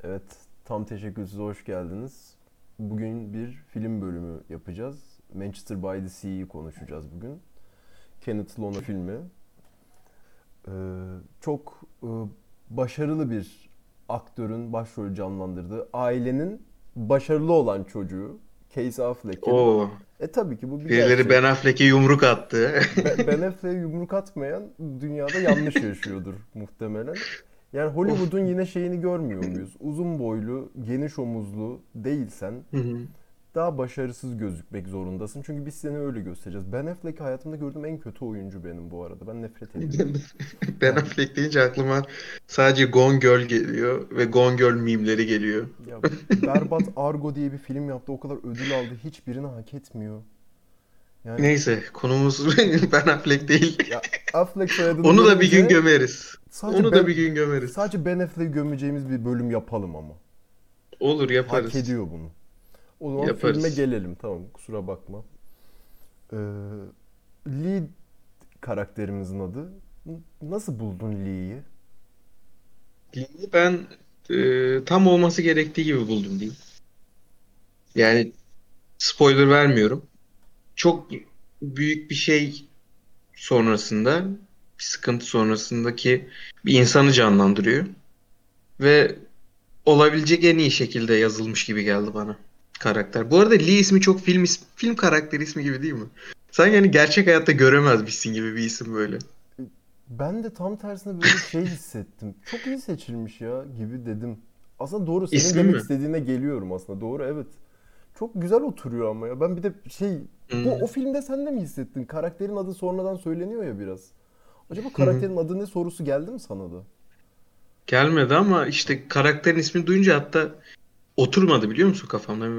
Evet, tam teşekkürsüz hoş geldiniz. Bugün bir film bölümü yapacağız. Manchester by the Sea'yi konuşacağız bugün. Kenneth Lonergan filmi. Ee, çok başarılı bir aktörün başrolü canlandırdığı ailenin başarılı olan çocuğu Casey Affleck'in. Oo, Tabii ki bu bir birileri Ben gerçek. Affleck'e yumruk attı. Ben Affleck'e yumruk atmayan dünyada yanlış yaşıyordur muhtemelen. Yani Of. Hollywood'un yine şeyini görmüyor muyuz? Uzun boylu, geniş omuzlu değilsen Hı hı. daha başarısız gözükmek zorundasın. Çünkü biz seni öyle göstereceğiz. Ben Affleck'i hayatımda gördüğüm en kötü oyuncu benim bu arada. Ben nefret ediyorum. Ben Yani Affleck deyince aklıma sadece Gone Girl geliyor ve Gone Girl mimleri geliyor. ya berbat Argo diye bir film yaptı. O kadar ödül aldı. Hiçbirini hak etmiyor. Yani Neyse, konumuz Ben Affleck değil. ya Affleck soyadını Onu da bir gün verince gömeriz. sadece Onu da ben bir gün gömeriz. sadece Ben Affleck'i gömeceğimiz bir bölüm yapalım ama. Olur, Hak yaparız. ediyor bunu. O zaman filme Yaparız. gelelim. Tamam, kusura bakma. Ee, Lee karakterimizin adı. Nasıl buldun Lee'yi? Ben tam olması gerektiği gibi buldum diyeyim. Yani spoiler vermiyorum. Çok büyük bir şey sonrasında, bir sıkıntı sonrasındaki bir insanı canlandırıyor. Ve olabilecek en iyi şekilde yazılmış gibi geldi bana karakter. Bu arada Lee ismi çok film karakteri ismi gibi değil mi? Sanki yani gerçek hayatta göremezmişsin gibi bir isim böyle. Ben de tam tersine böyle şey hissettim. Çok iyi seçilmiş ya gibi dedim. Aslında doğru, senin İsmi demek mi? istediğine geliyorum aslında. Doğru, evet. Çok güzel oturuyor ama ya. Ben bir de şey, bu o Hmm. filmde sen de mi hissettin? Karakterin adı sonradan söyleniyor ya biraz. Acaba Hı hı. karakterin adı ne sorusu geldi mi sana da? Gelmedi ama işte karakterin ismini duyunca hatta oturmadı biliyor musun kafamda?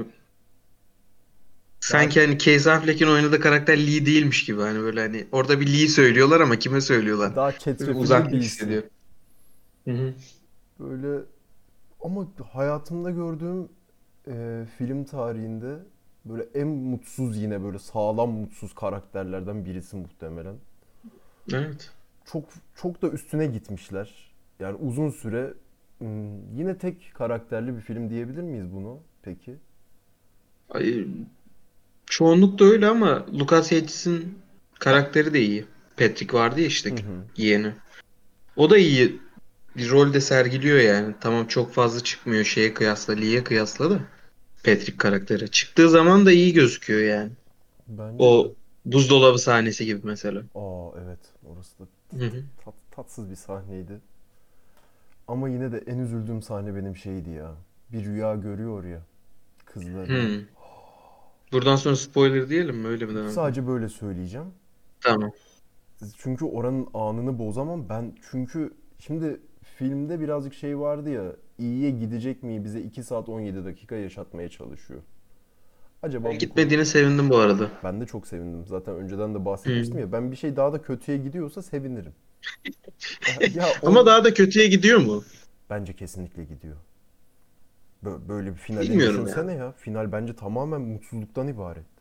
Daha Sanki hani Casey Affleck'in oynadığı karakter Lee değilmiş gibi. Hani böyle hani orada bir Lee söylüyorlar ama kime söylüyorlar? daha Böyle çetrefilli bir uzaklık isim. hissediyor. Hı hı. Böyle ama hayatımda gördüğüm film tarihinde böyle en mutsuz, yine böyle sağlam mutsuz karakterlerden birisi muhtemelen. Evet. Çok çok da üstüne gitmişler. Yani uzun süre yine tek karakterli bir film diyebilir miyiz bunu peki? Ay, çoğunlukla öyle ama Lucas Hedges'in karakteri de iyi. Patrick vardı ya işte Hı hı. yeğeni. O da iyi bir rolde sergiliyor yani. Tamam çok fazla çıkmıyor şeye kıyasla, Lee'ye kıyasla da Patrick karakteri. Çıktığı zaman da iyi gözüküyor yani. Bence de. O buzdolabı sahnesi gibi mesela. Aa, evet, orası da Hı hı. tatsız bir sahneydi. Ama yine de en üzüldüğüm sahne benim şeydi ya. Bir rüya görüyor ya kızlarını. Hı. Buradan sonra spoiler diyelim mi? Öyle mi devam edelim? Sadece böyle söyleyeceğim. Tamam. Çünkü oranın anını bozamam. Çünkü şimdi filmde birazcık şey vardı ya, iyiye gidecek mi, bize 2 saat 17 dakika yaşatmaya çalışıyor. Ben Acaba bu konu... gitmediğine sevindim bu arada. Ben de çok sevindim. Zaten önceden de bahsetmiştim Hı. ya, ben bir şey daha da kötüye gidiyorsa sevinirim. Ya Ama o daha da kötüye gidiyor mu? bence kesinlikle gidiyor. Böyle bir finalini Bilmiyorum ya. düşünsene ya. Final bence tamamen mutsuzluktan ibaretti.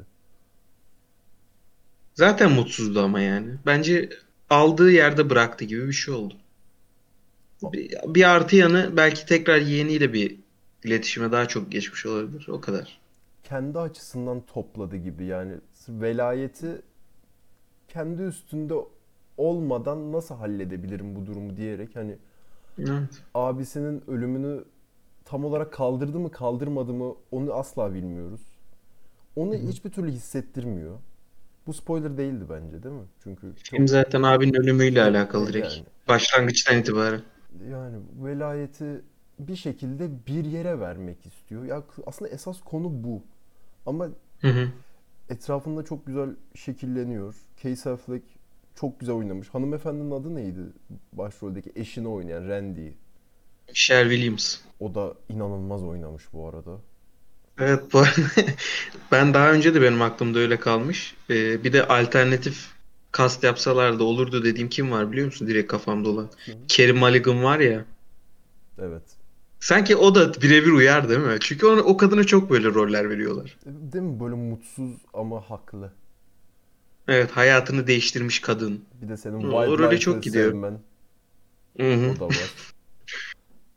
Zaten mutsuzdu ama yani. Bence aldığı yerde bıraktı gibi bir şey oldu. Bir artı yanı belki tekrar yeğeniyle bir iletişime daha çok geçmiş olabilir. O kadar. Kendi açısından topladı gibi, yani velayeti kendi üstünde olmadan nasıl halledebilirim bu durumu diyerek, hani Evet. abisinin ölümünü tam olarak kaldırdı mı kaldırmadı mı onu asla bilmiyoruz. Onu Hı hı. hiçbir türlü hissettirmiyor. Bu spoiler değildi bence, değil mi? Çünkü çok Film zaten abinin ölümüyle alakalı direkt. yani Başlangıçtan itibaren. yani velayeti bir şekilde bir yere vermek istiyor. Ya aslında esas konu bu. Ama Hı hı. etrafında çok güzel şekilleniyor. Casey Affleck çok güzel oynamış. Hanımefendinin adı neydi? Başroldeki eşini oynayan Randy. Michelle Williams. O da inanılmaz oynamış bu arada. Evet bu arada ben daha önce de benim aklımda öyle kalmış. Bir de alternatif kast yapsalardı olurdu dediğim kim var biliyor musun? Direkt kafamda olan. Kim? Carey Mulligan var ya. Evet. Sanki o da birebir uyar değil mi? Çünkü o kadına çok böyle roller veriyorlar. Değil mi? Böyle mutsuz ama haklı. Evet, hayatını değiştirmiş kadın. Bir de senin O role wildlife'ı çok gidiyor. sevmen, Hı hı. o da var.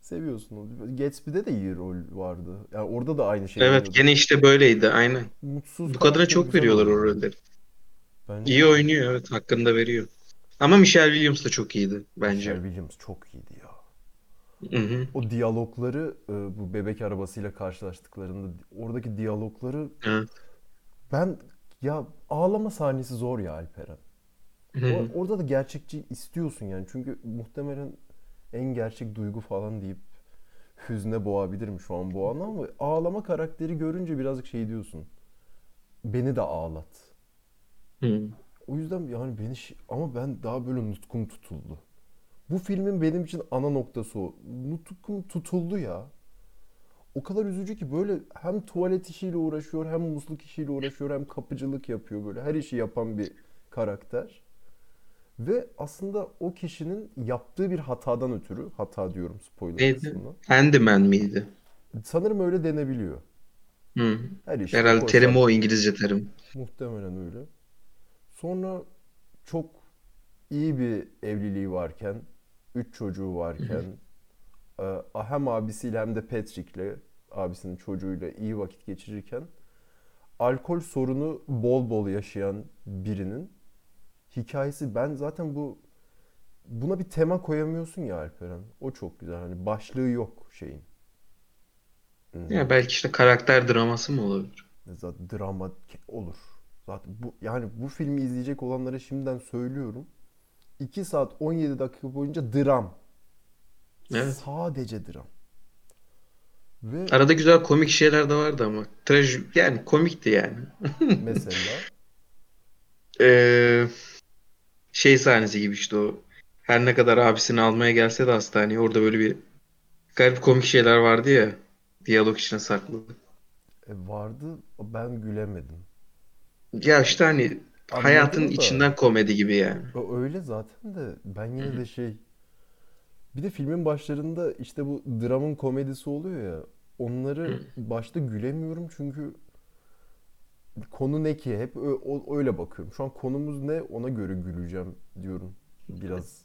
Seviyorsun onu. Gatsby'de de iyi rol vardı. Yani orada da aynı şeyi Evet, oynuyordu. gene işte böyleydi aynen. Mutsuz Bu kadına karakter çok güzel veriyorlar o oynuyor. rolleri. Bence İyi de. oynuyor, evet, hakkını da veriyor. Ama Michelle Williams da çok iyiydi Michelle bence. Williams çok iyiydi ya. Hı hı. O diyalogları bu bebek arabasıyla karşılaştıklarında oradaki diyalogları Evet. ben ya ağlama sahnesi zor ya Alperen. Hı hı. Orada da gerçekçi istiyorsun yani. Çünkü muhtemelen en gerçek duygu falan deyip hüzne boğabilirim şu an bu anı ama ağlama karakteri görünce birazcık şey diyorsun. Beni de ağlat. Hı. O yüzden yani ama ben daha böyle nutkum tutuldu. Bu filmin benim için ana noktası o. Nutkum tutuldu ya. O kadar üzücü ki böyle hem tuvalet işiyle uğraşıyor, hem musluk işiyle uğraşıyor, hem kapıcılık yapıyor böyle. Her işi yapan bir karakter. Ve aslında o kişinin yaptığı bir hatadan ötürü, hata diyorum spoiler Neydi? kısmına. Handyman miydi? Sanırım öyle denebiliyor. Hı. Her işte Herhalde terim koysam o, İngilizce terim. muhtemelen öyle. Sonra çok iyi bir evliliği varken, 3 çocuğu Hı hı. varken, hem abisiyle hem de Patrick'le, abisinin çocuğuyla iyi vakit geçirirken, alkol sorunu bol bol yaşayan birinin hikayesi, ben zaten buna bir tema koyamıyorsun ya Alperen. O çok güzel. Hani başlığı yok şeyin. Ya Hmm, belki işte karakter draması mı olabilir? Zaten drama olur. Zaten bu filmi izleyecek olanlara şimdiden söylüyorum. 2 saat 17 dakika boyunca dram. Evet. Sadece dram. Ve Arada güzel komik şeyler de vardı ama. Yani komikti yani. mesela Ee, Şey sahnesi gibi işte o. Her ne kadar abisini almaya gelse de hastaneye, orada böyle bir garip komik şeyler vardı ya. Diyalog içine saklı. vardı, ben gülemedim. Ya işte hani hayatın Anladım da içinden komedi gibi yani. öyle zaten de ben Hı yine hı. de bir de filmin başlarında işte bu dramın komedisi oluyor ya, onları Hı. başta gülemiyorum çünkü konu ne ki? Hep öyle bakıyorum. Şu an konumuz ne? Ona göre güleceğim diyorum. Biraz.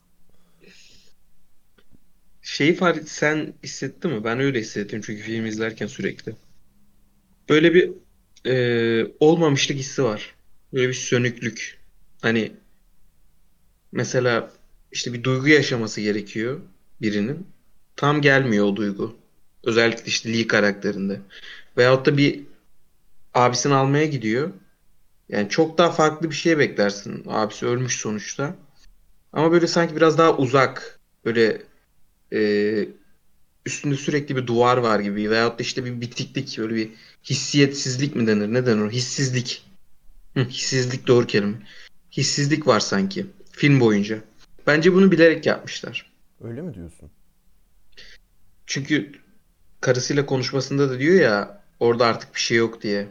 Sen hissettin mi? Ben öyle hissettim çünkü film izlerken sürekli. Böyle bir olmamışlık hissi var. Böyle bir sönüklük. Hani mesela işte bir duygu yaşaması gerekiyor birinin. Tam gelmiyor o duygu. Özellikle işte Lee karakterinde. Veyahut da bir abisini almaya gidiyor. Yani çok daha farklı bir şey beklersin. Abisi ölmüş sonuçta. Ama böyle sanki biraz daha uzak. Böyle e, üstünde sürekli bir duvar var gibi. Veyahut da işte bir bitiklik. Böyle bir hissiyetsizlik mi denir? Ne denir o? Hissizlik. Hı, hissizlik doğru kelime. Hissizlik var sanki film boyunca. Bence bunu bilerek yapmışlar. Öyle mi diyorsun? Çünkü karısıyla konuşmasında da diyor ya orada artık bir şey yok diye.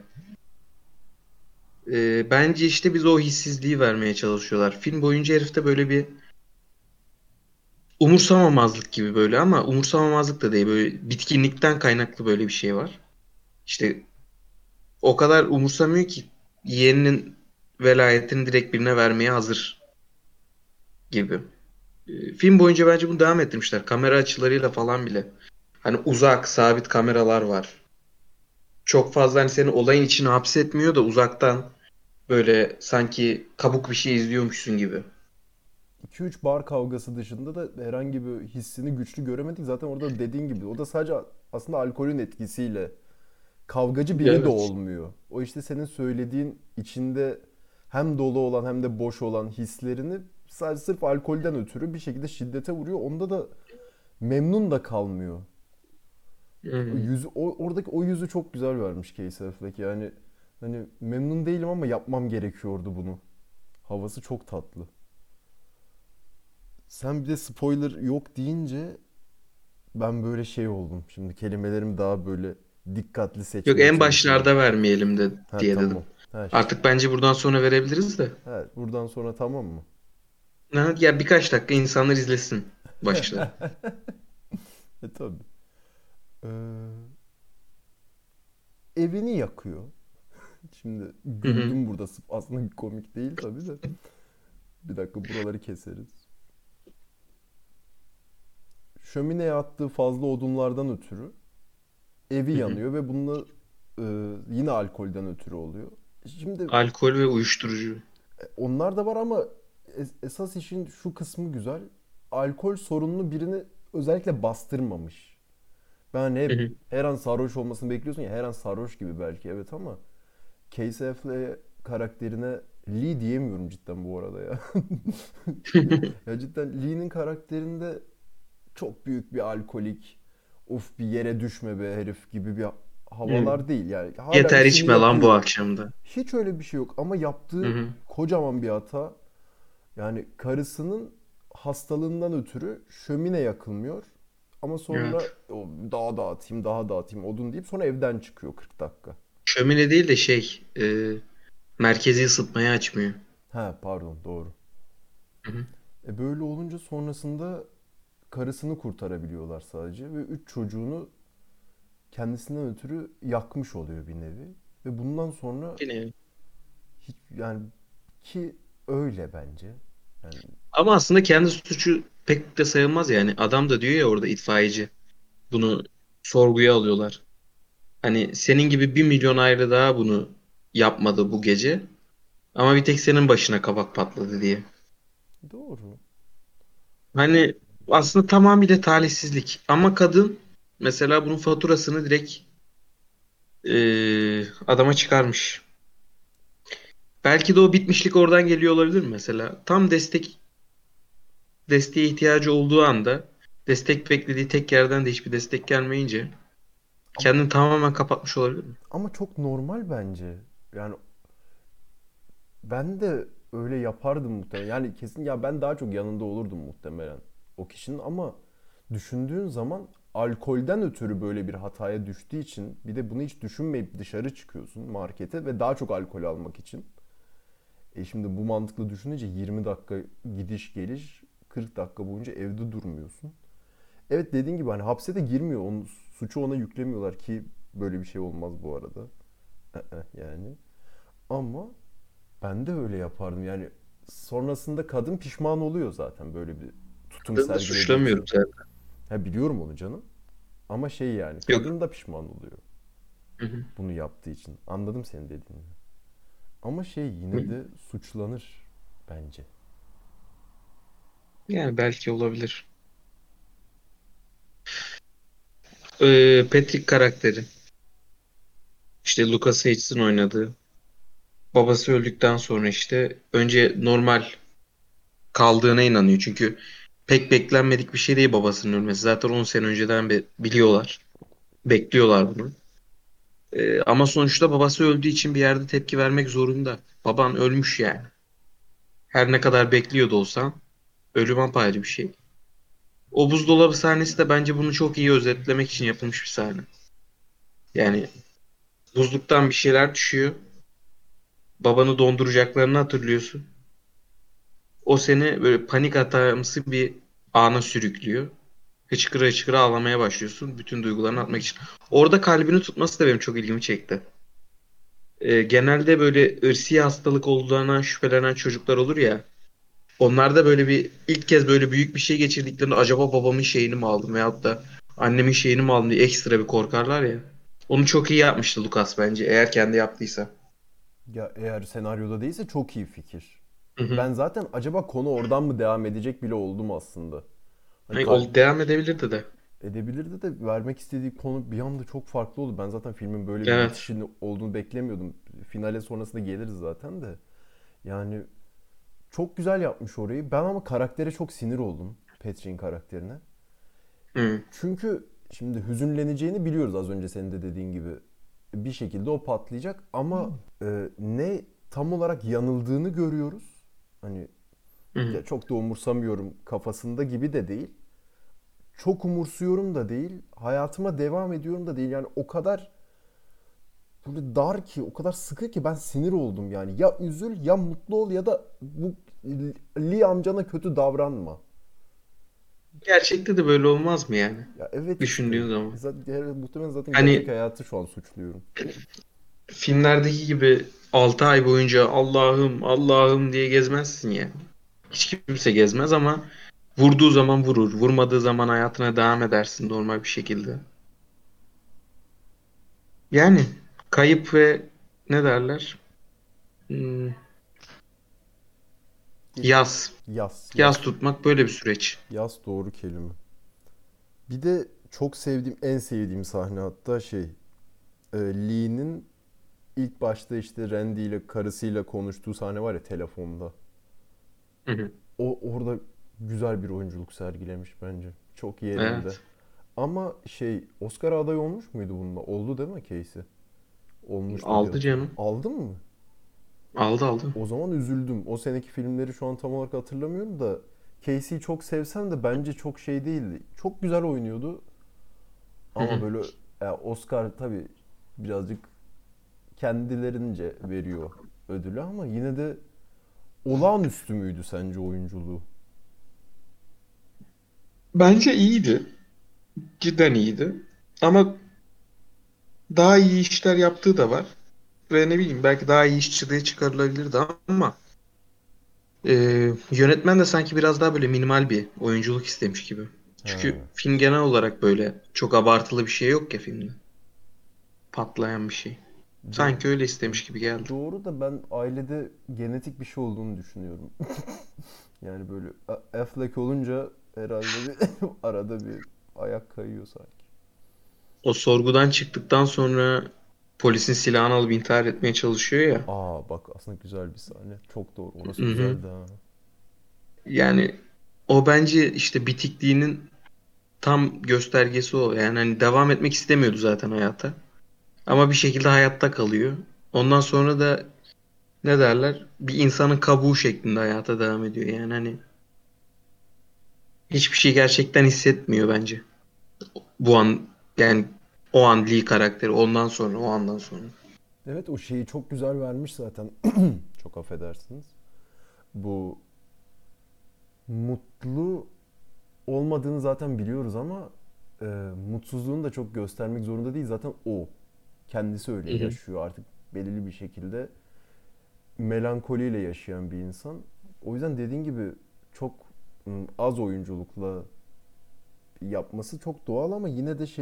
Bence işte biz o hissizliği vermeye çalışıyorlar. Film boyunca herifte böyle bir umursamamazlık gibi böyle, ama umursamamazlık da değil, böyle bitkinlikten kaynaklı böyle bir şey var. İşte o kadar umursamıyor ki yeğeninin velayetini direkt birine vermeye hazır gibi. Film boyunca bence bunu devam ettirmişler. Kamera açılarıyla falan bile. Hani uzak, sabit kameralar var. Çok fazla hani seni olayın içine hapsetmiyor da uzaktan böyle sanki kabuk bir şey izliyormuşsun gibi. 2-3 bar kavgası dışında da herhangi bir hissini güçlü göremedik. Zaten orada dediğin gibi o da sadece aslında alkolün etkisiyle kavgacı biri de Evet. olmuyor. O işte senin söylediğin içinde hem dolu olan hem de boş olan hislerini sadece sırf alkolden ötürü bir şekilde şiddete vuruyor. Onda da memnun da kalmıyor. O Hmm. yüzü, oradaki o yüzü çok güzel vermiş Casey Affleck. Yani hani memnun değilim ama yapmam gerekiyordu bunu. Havası çok tatlı. Sen bir de spoiler yok deyince ben böyle şey oldum. Şimdi kelimelerimi daha böyle dikkatli Yok, seçmeye en çalışıyorum. başlarda vermeyelim de Ha diye dedim. tamam. Ha, Artık bence buradan sonra verebiliriz de. buradan sonra tamam mı? Ha, ya birkaç dakika insanlar izlesin başta. Tabii. Ee, evini yakıyor. Şimdi Hı hı. güldüm burada. Aslında komik değil tabii de. Bir dakika buraları keseriz. şömineye attığı fazla odunlardan ötürü evi Hı hı. yanıyor ve bununla yine alkolden ötürü oluyor. Şimdi Alkol ve uyuşturucu. onlar da var ama esas işin şu kısmı güzel. Alkol sorunlu birini özellikle bastırmamış. Ben Hı hep hı. her an sarhoş olmasını bekliyorsun ya, her an sarhoş gibi belki, evet, ama Casey Affleck karakterine Lee diyemiyorum cidden bu arada ya. Ya cidden Lee'nin karakterinde çok büyük bir alkolik, of bir yere düşme be herif gibi bir Hı. havalar değil. Yani hala Yeter işini içme lan bu yapıyor. akşamda. Hiç öyle bir şey yok ama Hı yaptığı hı. kocaman bir hata. Yani karısının hastalığından ötürü şömine yakılmıyor. Ama sonra Evet. daha dağıtayım, daha dağıtayım odun deyip sonra evden çıkıyor 40 dakika. Şömine değil de merkezi ısıtmayı açmıyor. He pardon, doğru. Hı hı. Böyle olunca sonrasında karısını kurtarabiliyorlar sadece ve 3 çocuğunu kendisinden ötürü yakmış oluyor bir nevi. Ve bundan sonra Yine. hiç yani, ki öyle bence. Yani Ama aslında kendi suçu pek de sayılmaz yani. Adam da diyor ya orada itfaiyeci. Bunu sorguya alıyorlar. Hani senin gibi 1 milyon ayrı daha bunu yapmadı bu gece. Ama bir tek senin başına kabak patladı diye. doğru. Hani aslında tamamıyla talihsizlik. Ama kadın mesela bunun faturasını direkt adama çıkarmış. Belki de o bitmişlik oradan geliyor olabilir mi mesela? Tam desteğe ihtiyacı olduğu anda destek beklediği tek yerden de hiçbir destek gelmeyince Ama kendini tamamen kapatmış olabilir mi? ama çok normal bence. Yani ben de öyle yapardım muhtemelen. Yani kesin, ya ben daha çok yanında olurdum muhtemelen o kişinin, ama düşündüğün zaman alkolden ötürü böyle bir hataya düştüğü için, bir de bunu hiç düşünmeyip dışarı çıkıyorsun markete ve daha çok alkol almak için. Şimdi bu mantıklı düşününce 20 dakika gidiş geliş, 40 dakika boyunca evde durmuyorsun. Evet, dediğin gibi hani hapse de girmiyor. Onun suçu ona yüklemiyorlar ki böyle bir şey olmaz bu arada. Yani. Ama ben de öyle yapardım. Yani sonrasında kadın pişman oluyor zaten böyle bir tutum Kadını da sergilediği suçlamıyorum için. zaten. Ha, biliyorum onu canım. Ama şey, yani Yok. kadın da pişman oluyor Hı hı. bunu yaptığı için. Anladım senin dediğini. Ama şey, Hı. yine de suçlanır bence. Yani belki olabilir. Patrick karakteri. İşte Lucas Hedges'in oynadığı. Babası öldükten sonra işte önce normal kaldığına inanıyor. Çünkü pek beklenmedik bir şey değil babasının ölmesi. Zaten 10 sene önceden biliyorlar. Bekliyorlar bunu. Ama sonuçta babası öldüğü için bir yerde tepki vermek zorunda. Baban ölmüş yani. Her ne kadar bekliyor da olsan ölüm apayrı bir şey. O buzdolabı sahnesi de bence bunu çok iyi özetlemek için yapılmış bir sahne. Yani buzluktan bir şeyler düşüyor. Babanı donduracaklarını hatırlıyorsun. O seni böyle panik atağımsı bir ana sürüklüyor. Hıçkıra hıçkıra ağlamaya başlıyorsun. Bütün duygularını atmak için. Orada kalbini tutması da benim çok ilgimi çekti. Genelde böyle ırsi hastalık olduğundan şüphelenen çocuklar olur ya. Onlar da böyle bir ilk kez böyle büyük bir şey geçirdiklerinde acaba babamın şeyini mi aldım veyahut da annemin şeyini mi aldım diye ekstra bir korkarlar ya. Onu çok iyi yapmıştı Lucas bence eğer kendi yaptıysa. Ya eğer senaryoda değilse çok iyi fikir. Hı hı. Ben zaten acaba konu oradan mı devam edecek bile oldum aslında. Hani Hani o devam edebilirdi de. edebilirdi de vermek istediği konu bir anda çok farklı oldu. Ben zaten filmin böyle bir Evet. bitişini olduğunu beklemiyordum. Finale sonrasında geliriz zaten de. Yani çok güzel yapmış orayı. Ben ama karaktere çok sinir oldum. Patrick'in karakterine. Hı. Çünkü şimdi hüzünleneceğini biliyoruz, az önce senin de dediğin gibi. Bir şekilde o patlayacak ama ne tam olarak yanıldığını görüyoruz. Hani Hı. ya çok da umursamıyorum kafasında gibi de değil. Çok umursuyorum da değil. Hayatıma devam ediyorum da değil. Yani o kadar böyle dar ki, o kadar sıkı ki ben sinir oldum yani. Ya üzül, ya mutlu ol, ya da bu Lee amcana kötü davranma. Gerçekte de böyle olmaz mı yani? Ya evet işte. Düşündüğün zaman. Muhtemelen zaten gerçek Hani hayatı şu an suçluyorum. filmlerdeki gibi 6 ay boyunca Allah'ım Allah'ım diye gezmezsin ya. Hiç kimse gezmez ama Vurduğu zaman vurur, vurmadığı zaman hayatına devam edersin normal bir şekilde. Yani kayıp ve ne derler? Hmm, Geç. yas. Yas. Yas Yas. tutmak böyle bir süreç. Yas doğru kelime. Bir de çok sevdiğim, en sevdiğim sahne hatta Lee'nin ilk başta işte Randy ile karısıyla konuştuğu sahne var ya telefonda. Hı hı. O orada güzel bir oyunculuk sergilemiş bence. Çok yerinde. Evet. Ama Oscar adayı olmuş muydu bununla? Oldu değil mi Casey? Olmuştu diye Aldı hatırlıyorum. canım. Aldın mı? Aldı aldı. O zaman üzüldüm. O seneki filmleri şu an tam olarak hatırlamıyorum da Casey'yi çok sevsem de bence çok şey değildi. Çok güzel oynuyordu Hı ama hı. böyle Oscar tabii birazcık kendilerince veriyor ödülü ama yine de olağanüstü müydü sence oyunculuğu? Bence iyiydi. Cidden iyiydi. Ama daha iyi işler yaptığı da var. Ve ne bileyim belki daha iyi iş çıtığı çıkarılabilirdi ama yönetmen de sanki biraz daha böyle minimal bir oyunculuk istemiş gibi. Çünkü Ha. film genel olarak böyle çok abartılı bir şey yok ya filmde. Patlayan bir şey. Do- Sanki öyle istemiş gibi geldi. Doğru da ben ailede genetik bir şey olduğunu düşünüyorum. Yani böyle Affleck olunca herhalde bir arada bir ayak kayıyor sanki. O sorgudan çıktıktan sonra polisin silahını alıp intihar etmeye çalışıyor ya. Aa bak aslında güzel bir sahne. Çok doğru. Orası Hı hı. güzeldi ha. Yani o bence işte bitikliğinin tam göstergesi o. Yani hani devam etmek istemiyordu zaten hayata. Ama bir şekilde hayatta kalıyor. Ondan sonra da ne derler? Bir insanın kabuğu şeklinde hayata devam ediyor. Yani hani hiçbir şey gerçekten hissetmiyor bence. Bu an yani o an Lee karakteri ondan sonra o andan sonra. Evet o şeyi çok güzel vermiş zaten. Çok affedersiniz. Bu mutlu olmadığını zaten biliyoruz ama e, mutsuzluğunu da çok göstermek zorunda değil. Zaten o. Kendisi öyle Hı hı. yaşıyor artık belirli bir şekilde. Melankoliyle yaşayan bir insan. O yüzden dediğin gibi çok az oyunculukla yapması çok doğal ama yine de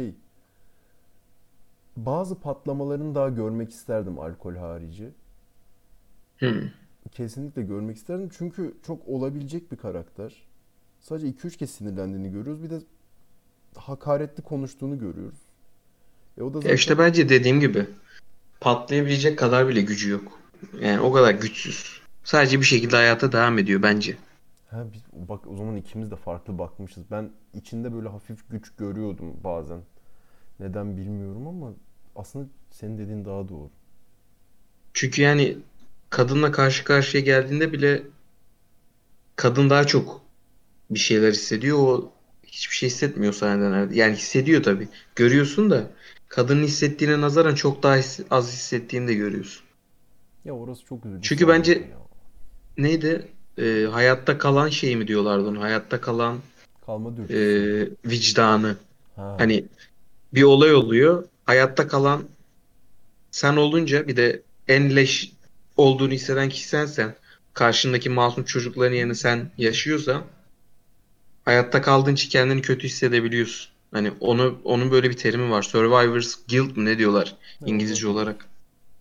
bazı patlamalarını daha görmek isterdim alkol harici. Hı. Kesinlikle görmek isterdim çünkü çok olabilecek bir karakter. Sadece iki üç kez sinirlendiğini görüyoruz. Bir de hakaretli konuştuğunu görüyoruz. O da Ya zaten işte bence dediğim gibi patlayabilecek kadar bile gücü yok. Yani o kadar güçsüz. Sadece bir şekilde hayata devam ediyor bence. bak o zaman ikimiz de farklı bakmışız. Ben içinde böyle hafif güç görüyordum bazen. Neden bilmiyorum ama aslında senin dediğin daha doğru. Çünkü yani kadınla karşı karşıya geldiğinde bile kadın daha çok bir şeyler hissediyor. O hiçbir şey hissetmiyor sahneden. Yani hissediyor tabii. Görüyorsun da kadının hissettiğine nazaran çok daha az hissettiğini de görüyorsun. Ya orası çok üzücü Çünkü sahneydi bence ya. neydi? Hayatta kalan şey mi diyorlardı ona? Hayatta kalan Kalma e, dürtüsü. vicdanı. Ha. Hani bir olay oluyor. Hayatta kalan sen olunca bir de en leş olduğunu hisseden kişi sensen. Karşındaki masum çocukların yerine sen yaşıyorsan hayatta kaldığın için kendini kötü hissedebiliyorsun. Hani onun böyle bir terimi var. Survivor's guilt mı ne diyorlar İngilizce Olabilir. olarak.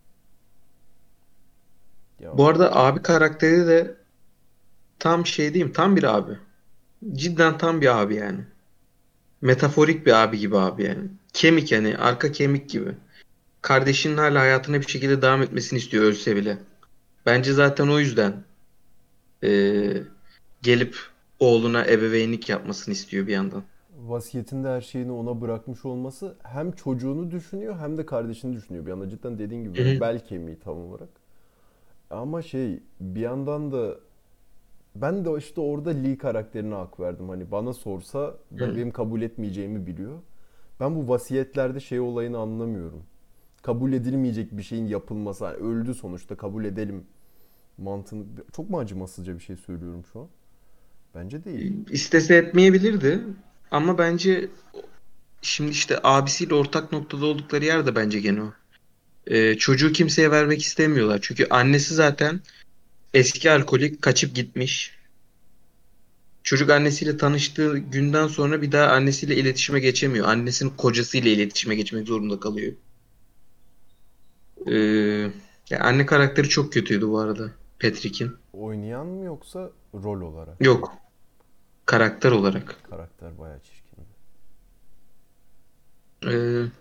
Ya Bu arada abi karakteri de tam şey diyeyim tam bir abi. Cidden tam bir abi yani. Metaforik bir abi gibi abi yani. Kemik yani arka kemik gibi. Kardeşinin hala hayatına bir şekilde devam etmesini istiyor ölse bile. Bence zaten o yüzden eee, gelip oğluna ebeveynlik yapmasını istiyor bir yandan. vasiyetinde her şeyini ona bırakmış olması hem çocuğunu düşünüyor hem de kardeşini düşünüyor. Bir anda cidden dediğin gibi Hı böyle hı. bel kemiği tam olarak. Ama bir yandan da ben de işte orada Lee karakterine hak verdim. Hani bana sorsa Hı. benim kabul etmeyeceğimi biliyor. Ben bu vasiyetlerde olayını anlamıyorum. Kabul edilmeyecek bir şeyin yapılması. Hani öldü sonuçta kabul edelim mantığını. Çok mu acımasızca bir şey söylüyorum şu an? Bence değil. İstese etmeyebilirdi ama bence şimdi işte abisiyle ortak noktada oldukları yer de bence gene o. Çocuğu kimseye vermek istemiyorlar. Çünkü annesi zaten eski alkolik kaçıp gitmiş. Çocuk annesiyle tanıştığı günden sonra bir daha annesiyle iletişime geçemiyor. Annesinin kocasıyla iletişime geçmek zorunda kalıyor. Ee, ya anne karakteri çok kötüydü bu arada. Patrick'in. Oynayan mı yoksa rol olarak mı? Yok. Karakter olarak. Karakter bayağı çirkindi. Ee,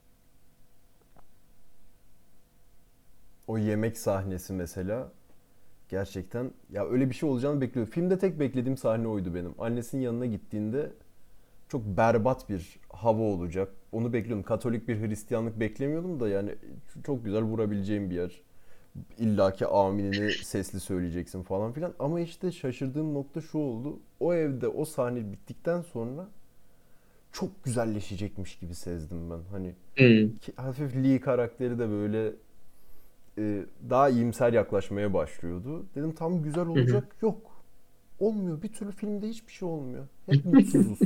O yemek sahnesi mesela gerçekten ya öyle bir şey olacağını bekliyordum. Filmde tek beklediğim sahne oydu benim. Annesinin yanına gittiğinde çok berbat bir hava olacak. Onu bekliyordum. Katolik bir Hristiyanlık beklemiyordum da yani çok güzel vurabileceğim bir yer. İllaki aminini sesli söyleyeceksin falan filan. Ama işte şaşırdığım nokta şu oldu. O evde o sahne bittikten sonra çok güzelleşecekmiş gibi sezdim ben. Hani hmm, hafif Lee karakteri de böyle daha iyimser yaklaşmaya başlıyordu. Dedim tam güzel hı hı. olacak. Yok. Olmuyor. Bir türlü filmde hiçbir şey olmuyor. Hep mutsuzuz.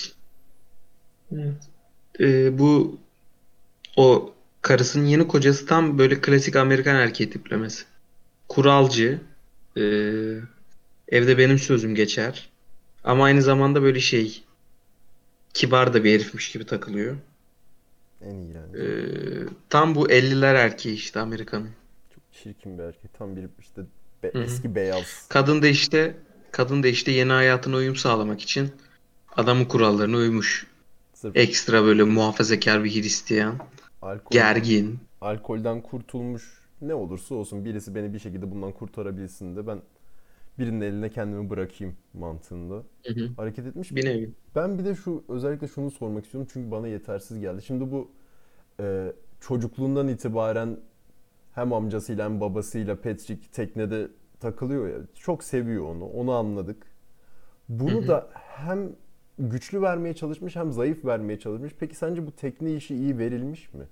Evet. Bu o karısının yeni kocası tam böyle klasik Amerikan erkeği tiplemesi. Kuralcı. ee, evde benim sözüm geçer. Ama aynı zamanda böyle şey kibar da bir herifmiş gibi takılıyor. En iğrenci. Tam bu 50'ler erkeği işte Amerika'nın. Çok çirkin bir erkek. Tam bir işte Hı hı. eski beyaz. Kadın da işte kadın da işte yeni hayatına uyum sağlamak için adamın kurallarına uymuş. Sırf Ekstra böyle muhafazakar bir Hristiyan. alkolden Gergin. alkolden kurtulmuş ne olursa olsun birisi beni bir şekilde bundan kurtarabilsin de ben birinin eline kendimi bırakayım mantığında Hı hı. hareket etmiş. Bir nevi. Ben bir de özellikle şunu sormak istiyorum çünkü bana yetersiz geldi. Şimdi bu çocukluğundan itibaren hem amcasıyla hem babasıyla Patrick teknede takılıyor ya. Çok seviyor onu. Onu anladık. Hı Bunu hı. da hem güçlü vermeye çalışmış hem zayıf vermeye çalışmış. Peki sence bu tekne işi iyi verilmiş mi?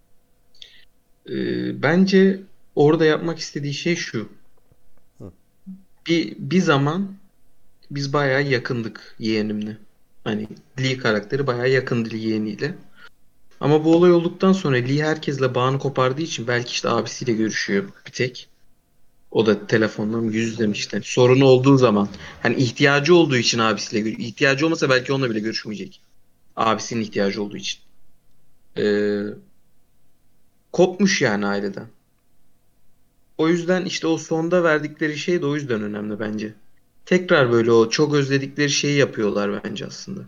Bence orada yapmak istediği şey şu. Hı. Bir zaman biz bayağı yakındık yeğenimle. Hani Lee karakteri bayağı yakındı yeğeniyle. Ama bu olay olduktan sonra Lee herkesle bağını kopardığı için belki işte abisiyle görüşüyor bir tek. O da telefondan yüz yüze işte. Sorunu olduğu zaman. Hani ihtiyacı olduğu için abisiyle görüşüyor. İhtiyacı olmasa belki onunla bile görüşmeyecek. Abisinin ihtiyacı olduğu için. Ee, kopmuş yani aileden. O yüzden işte o sonda verdikleri şey de o yüzden önemli bence. Tekrar böyle o çok özledikleri şeyi yapıyorlar bence aslında.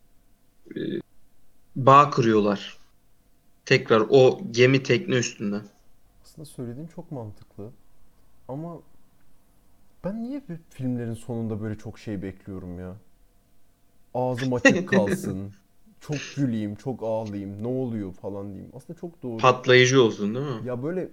Bağ kırıyorlar. Tekrar o gemi tekne üstünden. Aslında söylediğin çok mantıklı. Ama ben niye filmlerin sonunda böyle çok şey bekliyorum ya? Ağzım açık kalsın. Çok güleyim, çok ağlayayım. Ne oluyor falan diyeyim. Aslında çok doğru. Patlayıcı olsun değil mi? Ya böyle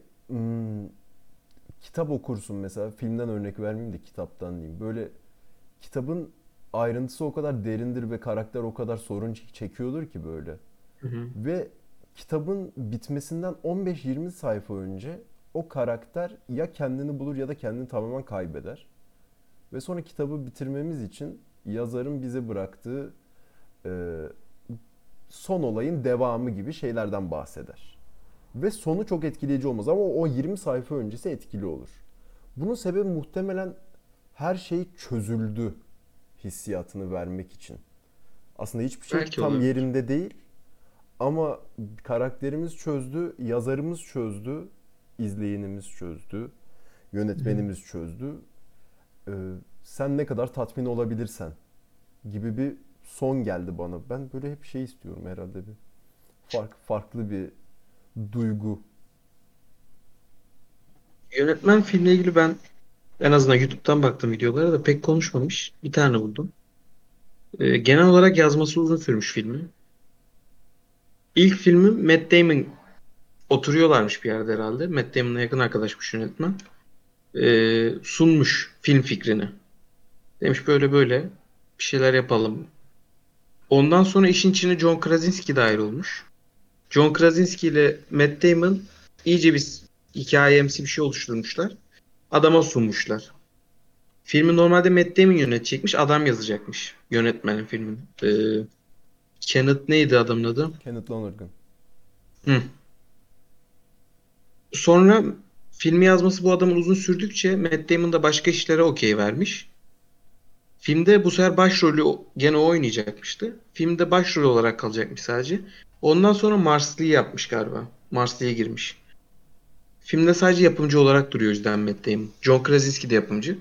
kitap okursun mesela. Filmden örnek vermeyeyim de kitaptan diyeyim. Böyle kitabın ayrıntısı o kadar derindir ve karakter o kadar sorun çekiyordur ki böyle. Hı hı. Ve kitabın bitmesinden 15-20 sayfa önce o karakter ya kendini bulur ya da kendini tamamen kaybeder. Ve sonra kitabı bitirmemiz için yazarın bize bıraktığı e, son olayın devamı gibi şeylerden bahseder. Ve sonu çok etkileyici olmaz ama o 20 sayfa öncesi etkili olur. Bunun sebebi muhtemelen her şey çözüldü hissiyatını vermek için. Aslında hiçbir şey Belki tam olabilir. yerinde değil ama karakterimiz çözdü, yazarımız çözdü, izleyenimiz çözdü, Hı hı. yönetmenimiz çözdü. Ee, sen ne kadar tatmin olabilirsen gibi bir son geldi bana. Ben böyle hep şey istiyorum herhalde bir farklı bir duygu. Yönetmen filmle ilgili ben en azından YouTube'dan baktım videolara da pek konuşmamış. Bir tane buldum. Genel olarak yazması uzun sürmüş filmi. İlk filmi Matt Damon oturuyorlarmış bir yerde herhalde. Matt Damon'la yakın arkadaşmış yönetmen. Sunmuş film fikrini. Demiş böyle böyle bir şeyler yapalım. Ondan sonra işin içine John Krasinski dahil olmuş. John Krasinski ile Matt Damon iyice bir hikayemsi bir şey oluşturmuşlar. Adama sunmuşlar. Filmi normalde Matt Damon yönetecekmiş. Adam yazacakmış. Yönetmenin filmin. Kenneth neydi adamın adı? Kenneth Lonergan. Hı. Sonra filmi yazması bu adamın uzun sürdükçe Matt Damon da başka işlere okey vermiş. Filmde bu sefer başrolü gene o oynayacakmıştı. Filmde başrol olarak kalacakmış sadece. Ondan sonra Marslı'yı yapmış galiba. Marslı'ya girmiş. Filmde sadece yapımcı olarak duruyor o yüzden Matt Damon. John Krasinski de yapımcı.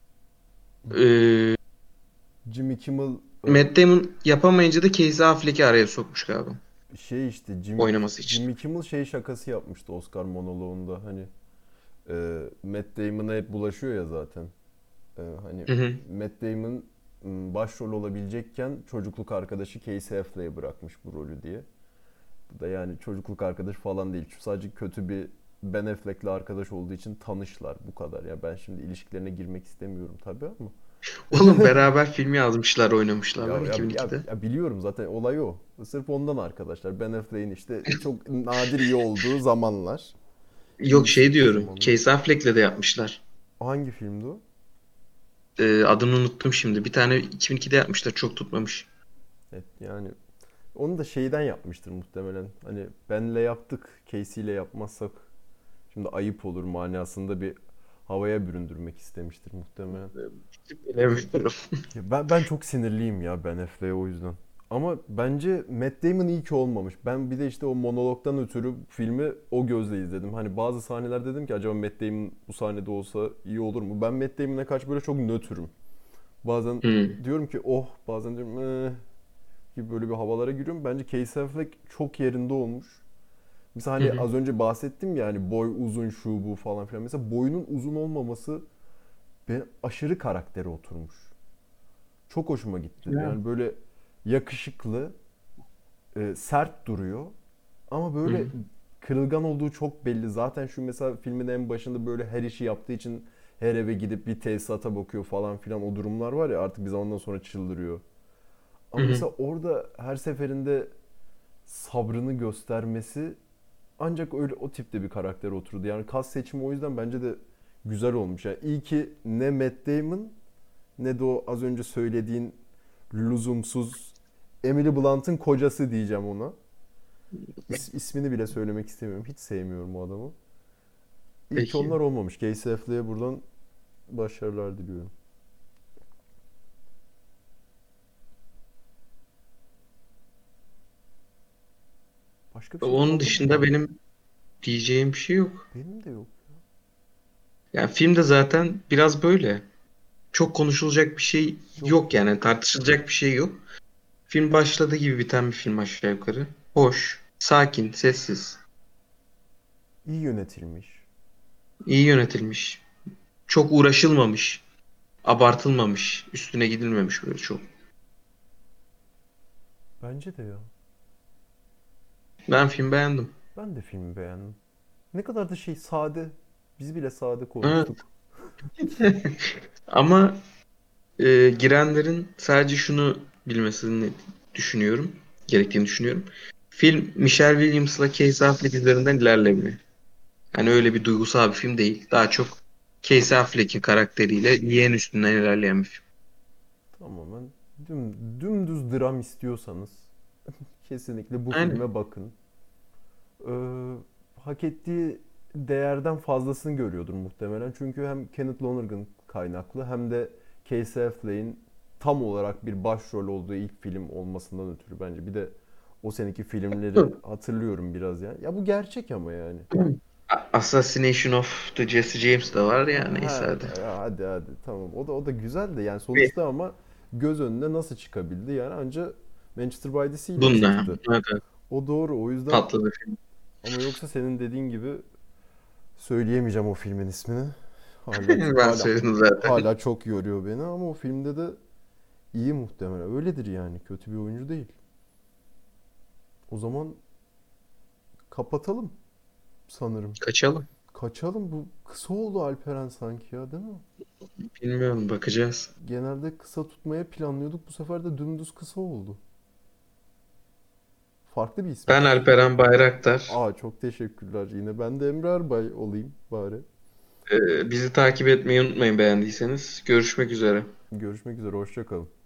Ee, Jimmy Kimmel Matt Damon yapamayınca da Casey Affleck'i araya sokmuş galiba. şey işte Oynaması için. Jimmy Kimmel şey şakası yapmıştı Oscar monoloğunda hani Matt Damon'a hep bulaşıyor ya zaten. Hani Hı hı. Matt Damon başrol olabilecekken çocukluk arkadaşı Casey Affleck'e bırakmış bu rolü diye. Bu da yani çocukluk arkadaş falan değil. Sadece kötü bir Ben Affleck'le arkadaş olduğu için tanışlar bu kadar. Ya ben şimdi ilişkilerine girmek istemiyorum tabii ama. Oğlum beraber film yazmışlar, oynamışlar Ya, lan ya, ya, 2002'de. ya biliyorum zaten olay o. Sırf ondan arkadaşlar. Ben Affleck'in işte çok nadir iyi olduğu zamanlar. Yok İyi şey çıktığı diyorum. zamanlar. Casey Affleck'le de yapmışlar. Hangi filmdi o? Adını unuttum şimdi. Bir tane 2002'de yapmışlar. Çok tutmamış. Evet, yani onu da şeyden yapmıştır muhtemelen. Hani benle yaptık, Casey ile yapmazsak şimdi ayıp olur manasında bir havaya büründürmek istemiştir muhtemelen. Bilemiyorum. Ya ben çok sinirliyim ya Ben Affleck'e o yüzden. Ama bence Matt Damon iyi ki olmamış. Ben bir de işte o monologdan ötürü filmi o gözle izledim. Hani bazı sahneler dedim ki acaba Matt Damon bu sahnede olsa iyi olur mu? Ben Matt Damon'a karşı böyle çok nötrüm. Bazen Hmm. diyorum ki oh, bazen diyorum gibi böyle bir havalara giriyorum. Bence Casey Affleck çok yerinde olmuş. Mesela Hı hani hı. az önce bahsettim ya hani boy uzun şu bu falan filan. Mesela boyunun uzun olmaması ben aşırı karaktere oturmuş. Çok hoşuma gitti. Ya. Yani böyle yakışıklı, sert duruyor. Ama Hı böyle hı. kırılgan olduğu çok belli. Zaten şu mesela filmin en başında böyle her işi yaptığı için her eve gidip bir tesisata bakıyor falan filan o durumlar var ya artık bir zamandan sonra çıldırıyor. Hı Ama hı. mesela orada her seferinde sabrını göstermesi ancak öyle o tipte bir karakter oturdu. Yani kas seçimi o yüzden bence de güzel olmuş. Yani iyi ki ne Matt Damon ne de o az önce söylediğin lüzumsuz Emily Blunt'ın kocası diyeceğim ona. İsmini bile söylemek istemiyorum. Hiç sevmiyorum o adamı. İyi ki Peki. onlar olmamış. Casey Affleck'e buradan başarılar diliyorum. Başka bir şey Onun kaldı mı dışında ya? benim diyeceğim bir şey yok. Benim de yok. Yani filmde zaten biraz böyle. Çok konuşulacak bir şey Yok yok ya. yani. Tartışılacak bir şey yok. Film başladığı gibi biten bir film aşağı yukarı. Hoş, sakin, sessiz, İyi yönetilmiş. iyi yönetilmiş. Çok uğraşılmamış, abartılmamış, üstüne gidilmemiş böyle çok. Bence de ya. Ben film beğendim. Ben de filmi beğendim. Ne kadar da şey sade. Biz bile sade Evet. konuştuk. Ama girenlerin sadece şunu bilmesini düşünüyorum, gerektiğini düşünüyorum. Film Michelle Williams'la Casey Affleck üzerinden ilerlemiyor. Yani öyle bir duygusal bir film değil. Daha çok Casey Affleck'in karakteriyle yeğen üstünden ilerleyen bir film. Tamamen dümdüz dram istiyorsanız kesinlikle bu Aynen. filme bakın. Hak ettiği değerden fazlasını görüyordur muhtemelen. Çünkü hem Kenneth Lonergan kaynaklı hem de Casey Affleck'in tam olarak bir başrol olduğu ilk film olmasından ötürü bence. Bir de o seneki filmleri hatırlıyorum biraz yani. Ya bu gerçek ama yani. Assassination of the Jesse James de var ya neyse Ha, hadi. ya hadi tamam. O da güzel de yani Ve sonuçta ama göz önüne nasıl çıkabildi yani anca Manchester by the Sea ile bununla çıktı. evet, evet, O doğru. O yüzden patladı film. ama yoksa senin dediğin gibi söyleyemeyeceğim o filmin ismini. Hala Ben söyledim zaten. hala çok yoruyor beni ama o filmde de iyi muhtemelen. Öyledir yani. Kötü bir oyuncu değil. O zaman kapatalım sanırım. Kaçalım. Kaçalım. Bu kısa oldu Alperen sanki ya değil mi? Bilmiyorum bakacağız. Genelde kısa tutmaya planlıyorduk. Bu sefer de dümdüz kısa oldu. Farklı bir Ben ismiş. Alperen Bayraktar. Aa çok teşekkürler. Yine ben de Emre Erbay olayım bari. Bizi takip etmeyi unutmayın beğendiyseniz. Görüşmek üzere. Görüşmek üzere. Hoşça kalın.